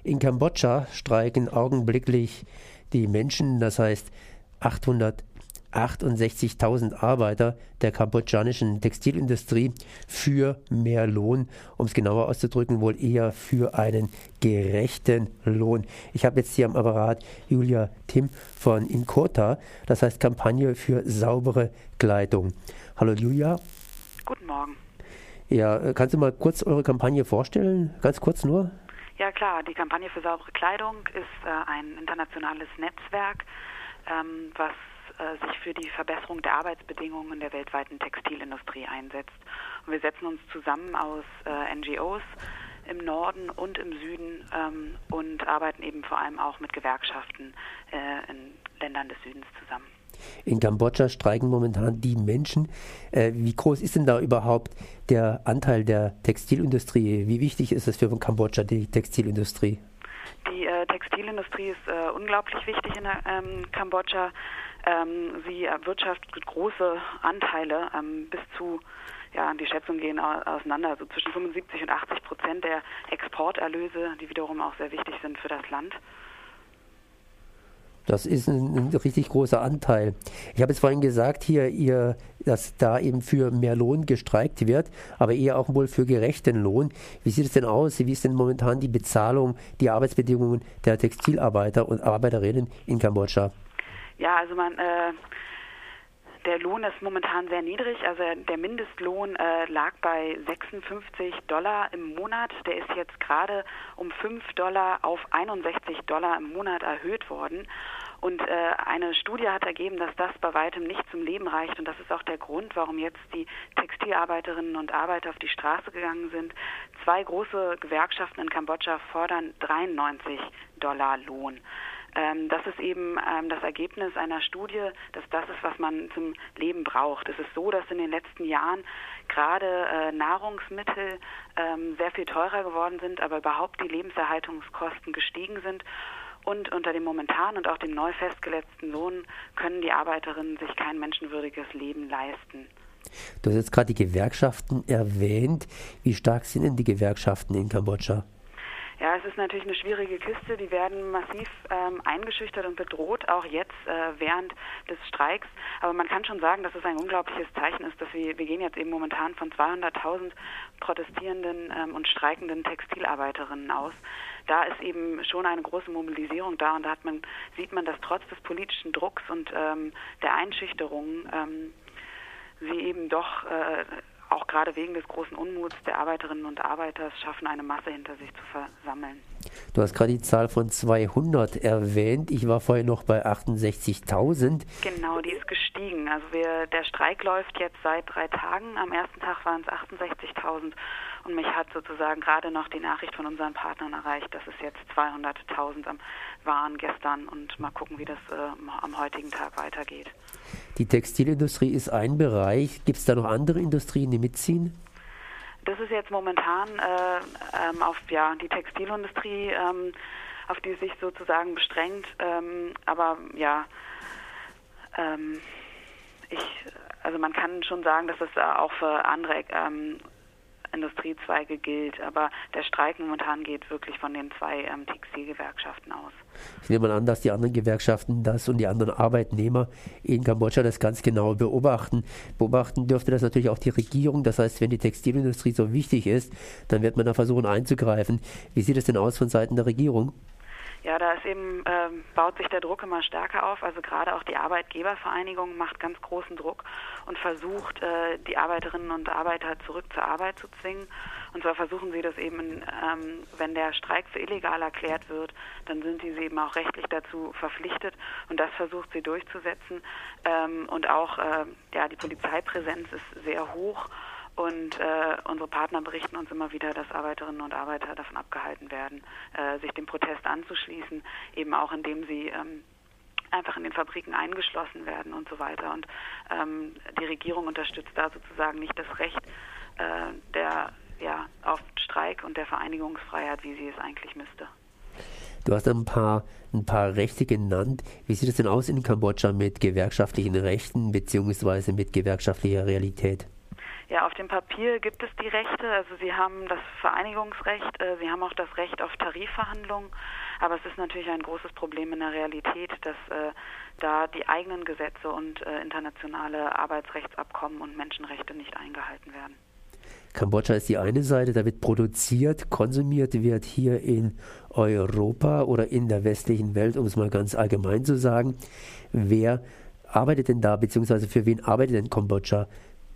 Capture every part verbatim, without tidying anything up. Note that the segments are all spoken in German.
In Kambodscha streiken augenblicklich die Menschen, das heißt achthundertachtundsechzigtausend Arbeiter der kambodschanischen Textilindustrie für mehr Lohn, um es genauer auszudrücken, wohl eher für einen gerechten Lohn. Ich habe jetzt hier am Apparat Julia Tim von Inkota, das heißt Kampagne für saubere Kleidung. Hallo Julia. Guten Morgen. Ja, kannst du mal kurz eure Kampagne vorstellen? Ganz kurz nur? Ja klar, die Kampagne für saubere Kleidung ist äh, ein internationales Netzwerk, ähm, was äh, sich für die Verbesserung der Arbeitsbedingungen in der weltweiten Textilindustrie einsetzt. Und wir setzen uns zusammen aus äh, N G Os im Norden und im Süden ähm, und arbeiten eben vor allem auch mit Gewerkschaften äh, in Ländern des Südens zusammen. In Kambodscha streiken momentan die Menschen. Äh, wie groß ist denn da überhaupt der Anteil der Textilindustrie? Wie wichtig ist es für Kambodscha, die Textilindustrie? Die äh, Textilindustrie ist äh, unglaublich wichtig in ähm, Kambodscha. Ähm, sie erwirtschaftet große Anteile, ähm, bis zu, ja, die Schätzungen gehen auseinander, so also zwischen fünfundsiebzig und achtzig Prozent der Exporterlöse, die wiederum auch sehr wichtig sind für das Land. Das ist ein, ein richtig großer Anteil. Ich habe jetzt vorhin gesagt, hier, ihr, dass da eben für mehr Lohn gestreikt wird, aber eher auch wohl für gerechten Lohn. Wie sieht es denn aus? Wie ist denn momentan die Bezahlung, die Arbeitsbedingungen der Textilarbeiter und Arbeiterinnen in Kambodscha? Ja, also man, äh, der Lohn ist momentan sehr niedrig. Also der Mindestlohn äh, lag bei sechsundfünfzig Dollar im Monat. Der ist jetzt gerade um fünf Dollar auf einundsechzig Dollar im Monat erhöht worden. Und äh, eine Studie hat ergeben, dass das bei weitem nicht zum Leben reicht. Und das ist auch der Grund, warum jetzt die Textilarbeiterinnen und Arbeiter auf die Straße gegangen sind. Zwei große Gewerkschaften in Kambodscha fordern dreiundneunzig Dollar Lohn. Ähm, das ist eben ähm, das Ergebnis einer Studie, dass das ist, was man zum Leben braucht. Es ist so, dass in den letzten Jahren gerade äh, Nahrungsmittel ähm, sehr viel teurer geworden sind, aber überhaupt die Lebenserhaltungskosten gestiegen sind. Und unter dem momentanen und auch dem neu festgesetzten Lohn können die Arbeiterinnen sich kein menschenwürdiges Leben leisten. Du hast jetzt gerade die Gewerkschaften erwähnt. Wie stark sind denn die Gewerkschaften in Kambodscha? Ja, es ist natürlich eine schwierige Kiste. Die werden massiv ähm, eingeschüchtert und bedroht, auch jetzt äh, während des Streiks. Aber man kann schon sagen, dass es ein unglaubliches Zeichen ist, dass wir, wir gehen jetzt eben momentan von zweihunderttausend protestierenden ähm, und streikenden Textilarbeiterinnen aus. Da ist eben schon eine große Mobilisierung da und da hat man, sieht man, dass trotz des politischen Drucks und ähm, der Einschüchterung ähm, sie eben doch äh, auch gerade wegen des großen Unmuts der Arbeiterinnen und Arbeiter es schaffen, eine Masse hinter sich zu versammeln. Du hast gerade die Zahl von zweihundert erwähnt. Ich war vorher noch bei achtundsechzigtausend. Genau, die ist gestiegen. Also wir, der Streik läuft jetzt seit drei Tagen. Am ersten Tag waren es achtundsechzigtausend und mich hat sozusagen gerade noch die Nachricht von unseren Partnern erreicht, dass es jetzt zweihunderttausend waren gestern und mal gucken, wie das äh, am heutigen Tag weitergeht. Die Textilindustrie ist ein Bereich. Gibt es da noch andere Industrien, die mitziehen? Das ist jetzt momentan äh, ähm, auf ja, die Textilindustrie, ähm, auf die es sich sozusagen bestrengt. Ähm, aber ja, ähm, ich, also man kann schon sagen, dass das auch für andere ähm, Industriezweige gilt. Aber der Streik momentan geht wirklich von den zwei ähm, Textilgewerkschaften aus. Ich nehme mal an, dass die anderen Gewerkschaften das und die anderen Arbeitnehmer in Kambodscha das ganz genau beobachten. Beobachten dürfte das natürlich auch die Regierung. Das heißt, wenn die Textilindustrie so wichtig ist, dann wird man da versuchen einzugreifen. Wie sieht es denn aus von Seiten der Regierung? Ja, da ist eben, äh, baut sich der Druck immer stärker auf. Also gerade auch die Arbeitgebervereinigung macht ganz großen Druck und versucht, äh, die Arbeiterinnen und Arbeiter zurück zur Arbeit zu zwingen. Und zwar versuchen sie das eben, ähm, wenn der Streik für illegal erklärt wird, dann sind sie eben auch rechtlich dazu verpflichtet. Und das versucht sie durchzusetzen. Ähm, und auch äh, ja, die Polizeipräsenz ist sehr hoch. Und äh, unsere Partner berichten uns immer wieder, dass Arbeiterinnen und Arbeiter davon abgehalten werden, äh, sich dem Protest anzuschließen, eben auch indem sie ähm, einfach in den Fabriken eingeschlossen werden und so weiter. Und ähm, die Regierung unterstützt da sozusagen nicht das Recht äh, der, ja, auf Streik und der Vereinigungsfreiheit, wie sie es eigentlich müsste. Du hast ein paar, ein paar Rechte genannt. Wie sieht es denn aus in Kambodscha mit gewerkschaftlichen Rechten beziehungsweise mit gewerkschaftlicher Realität? Ja, auf dem Papier gibt es die Rechte, also sie haben das Vereinigungsrecht, äh, sie haben auch das Recht auf Tarifverhandlungen, aber es ist natürlich ein großes Problem in der Realität, dass äh, da die eigenen Gesetze und äh, internationale Arbeitsrechtsabkommen und Menschenrechte nicht eingehalten werden. Kambodscha ist die eine Seite, da wird produziert, konsumiert wird hier in Europa oder in der westlichen Welt, um es mal ganz allgemein zu sagen. Wer arbeitet denn da, beziehungsweise für wen arbeitet denn Kambodscha?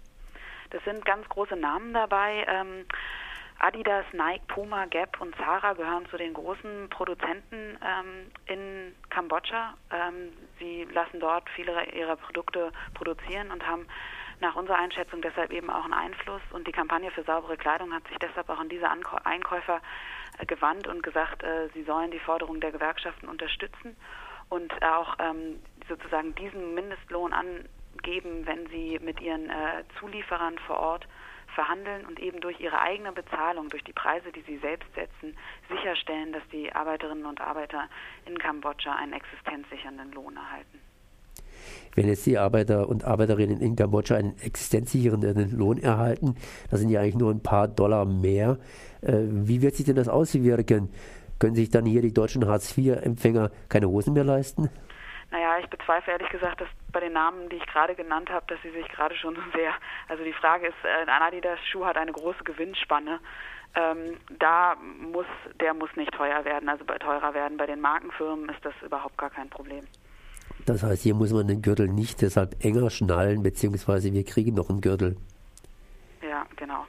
Das sind ganz große Namen dabei. Ähm, Adidas, Nike, Puma, Gap und Zara gehören zu den großen Produzenten ähm, in Kambodscha. Ähm, sie lassen dort viele ihrer Produkte produzieren und haben nach unserer Einschätzung deshalb eben auch einen Einfluss. Und die Kampagne für saubere Kleidung hat sich deshalb auch an diese Ankäu- Einkäufer äh, gewandt und gesagt, äh, sie sollen die Forderungen der Gewerkschaften unterstützen und auch ähm, sozusagen diesen Mindestlohn angeben, wenn sie mit ihren äh, Zulieferern vor Ort verhandeln und eben durch ihre eigene Bezahlung, durch die Preise, die sie selbst setzen, sicherstellen, dass die Arbeiterinnen und Arbeiter in Kambodscha einen existenzsichernden Lohn erhalten. Wenn jetzt die Arbeiter und Arbeiterinnen in Kambodscha einen existenzsichernden Lohn erhalten, das sind ja eigentlich nur ein paar Dollar mehr, äh, wie wird sich denn das auswirken? Können sich dann hier die deutschen Hartz vier Empfänger keine Hosen mehr leisten? Naja, ich bezweifle ehrlich gesagt, dass bei den Namen, die ich gerade genannt habe, dass sie sich gerade schon so sehr, also die Frage ist, ein Adidas-Schuh hat eine große Gewinnspanne. Ähm, da muss, der muss nicht teuer werden, also bei teurer werden. Bei den Markenfirmen ist das überhaupt gar kein Problem. Das heißt, hier muss man den Gürtel nicht deshalb enger schnallen, beziehungsweise wir kriegen noch einen Gürtel. Ja, genau.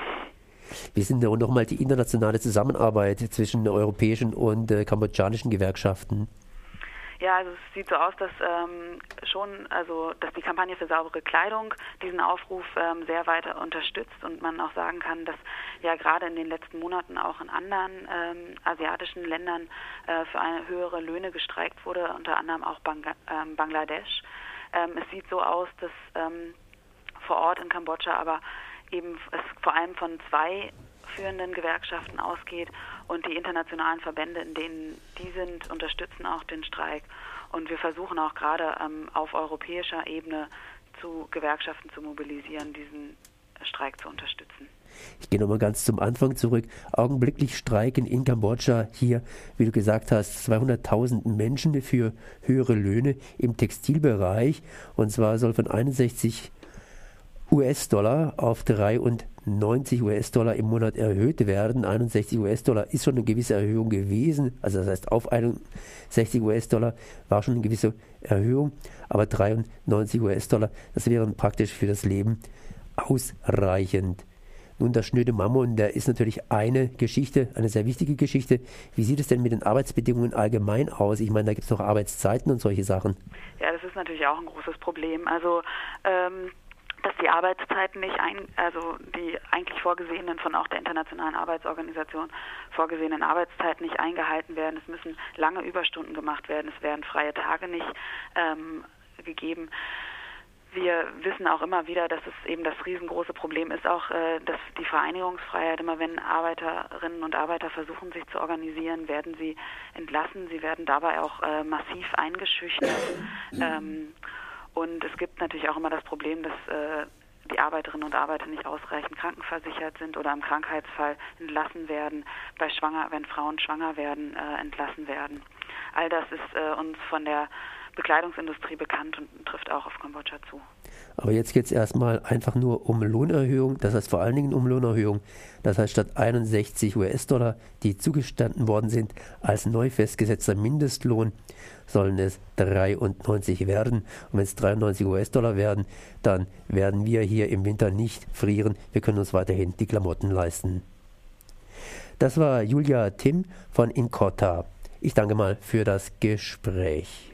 Wie ist denn nochmal die internationale Zusammenarbeit zwischen europäischen und äh, kambodschanischen Gewerkschaften? Ja, also es sieht so aus, dass ähm, schon, also dass die Kampagne für saubere Kleidung diesen Aufruf ähm, sehr weiter unterstützt und man auch sagen kann, dass ja gerade in den letzten Monaten auch in anderen ähm, asiatischen Ländern äh, für eine höhere Löhne gestreikt wurde, unter anderem auch Bang ähm, Bangladesch. Ähm, es sieht so aus, dass ähm, vor Ort in Kambodscha aber eben es vor allem von zwei führenden Gewerkschaften ausgeht und die internationalen Verbände, in denen die sind, unterstützen auch den Streik und wir versuchen auch gerade ähm, auf europäischer Ebene zu Gewerkschaften zu mobilisieren, diesen Streik zu unterstützen. Ich gehe nochmal ganz zum Anfang zurück. Augenblicklich streiken in Kambodscha hier, wie du gesagt hast, zweihunderttausend Menschen für höhere Löhne im Textilbereich und zwar soll von einundsechzig US-Dollar auf dreiundneunzig US-Dollar im Monat erhöht werden. einundsechzig US-Dollar ist schon eine gewisse Erhöhung gewesen. Also das heißt, auf einundsechzig US-Dollar war schon eine gewisse Erhöhung. Aber dreiundneunzig US-Dollar, das wären praktisch für das Leben ausreichend. Nun, der schnöde Mammon, der ist natürlich eine Geschichte, eine sehr wichtige Geschichte. Wie sieht es denn mit den Arbeitsbedingungen allgemein aus? Ich meine, da gibt es noch Arbeitszeiten und solche Sachen. Ja, das ist natürlich auch ein großes Problem. Also, ähm, dass die Arbeitszeiten nicht, ein, also die eigentlich vorgesehenen, von auch der Internationalen Arbeitsorganisation vorgesehenen Arbeitszeiten nicht eingehalten werden. Es müssen lange Überstunden gemacht werden, es werden freie Tage nicht ähm, gegeben. Wir wissen auch immer wieder, dass es eben das riesengroße Problem ist, auch äh, dass die Vereinigungsfreiheit, immer wenn Arbeiterinnen und Arbeiter versuchen, sich zu organisieren, werden sie entlassen, sie werden dabei auch äh, massiv eingeschüchtert. Ähm, Und es gibt natürlich auch immer das Problem, dass äh, die Arbeiterinnen und Arbeiter nicht ausreichend krankenversichert sind oder im Krankheitsfall entlassen werden, bei Schwanger, wenn Frauen schwanger werden, äh, entlassen werden. All das ist äh, uns von der Bekleidungsindustrie bekannt und trifft auch auf Kambodscha zu. Aber jetzt geht es erstmal einfach nur um Lohnerhöhung, das heißt vor allen Dingen um Lohnerhöhung. Das heißt, statt einundsechzig US-Dollar, die zugestanden worden sind als neu festgesetzter Mindestlohn, sollen es dreiundneunzig werden. Und wenn es dreiundneunzig US-Dollar werden, dann werden wir hier im Winter nicht frieren. Wir können uns weiterhin die Klamotten leisten. Das war Julia Tim von Inkota. Ich danke mal für das Gespräch.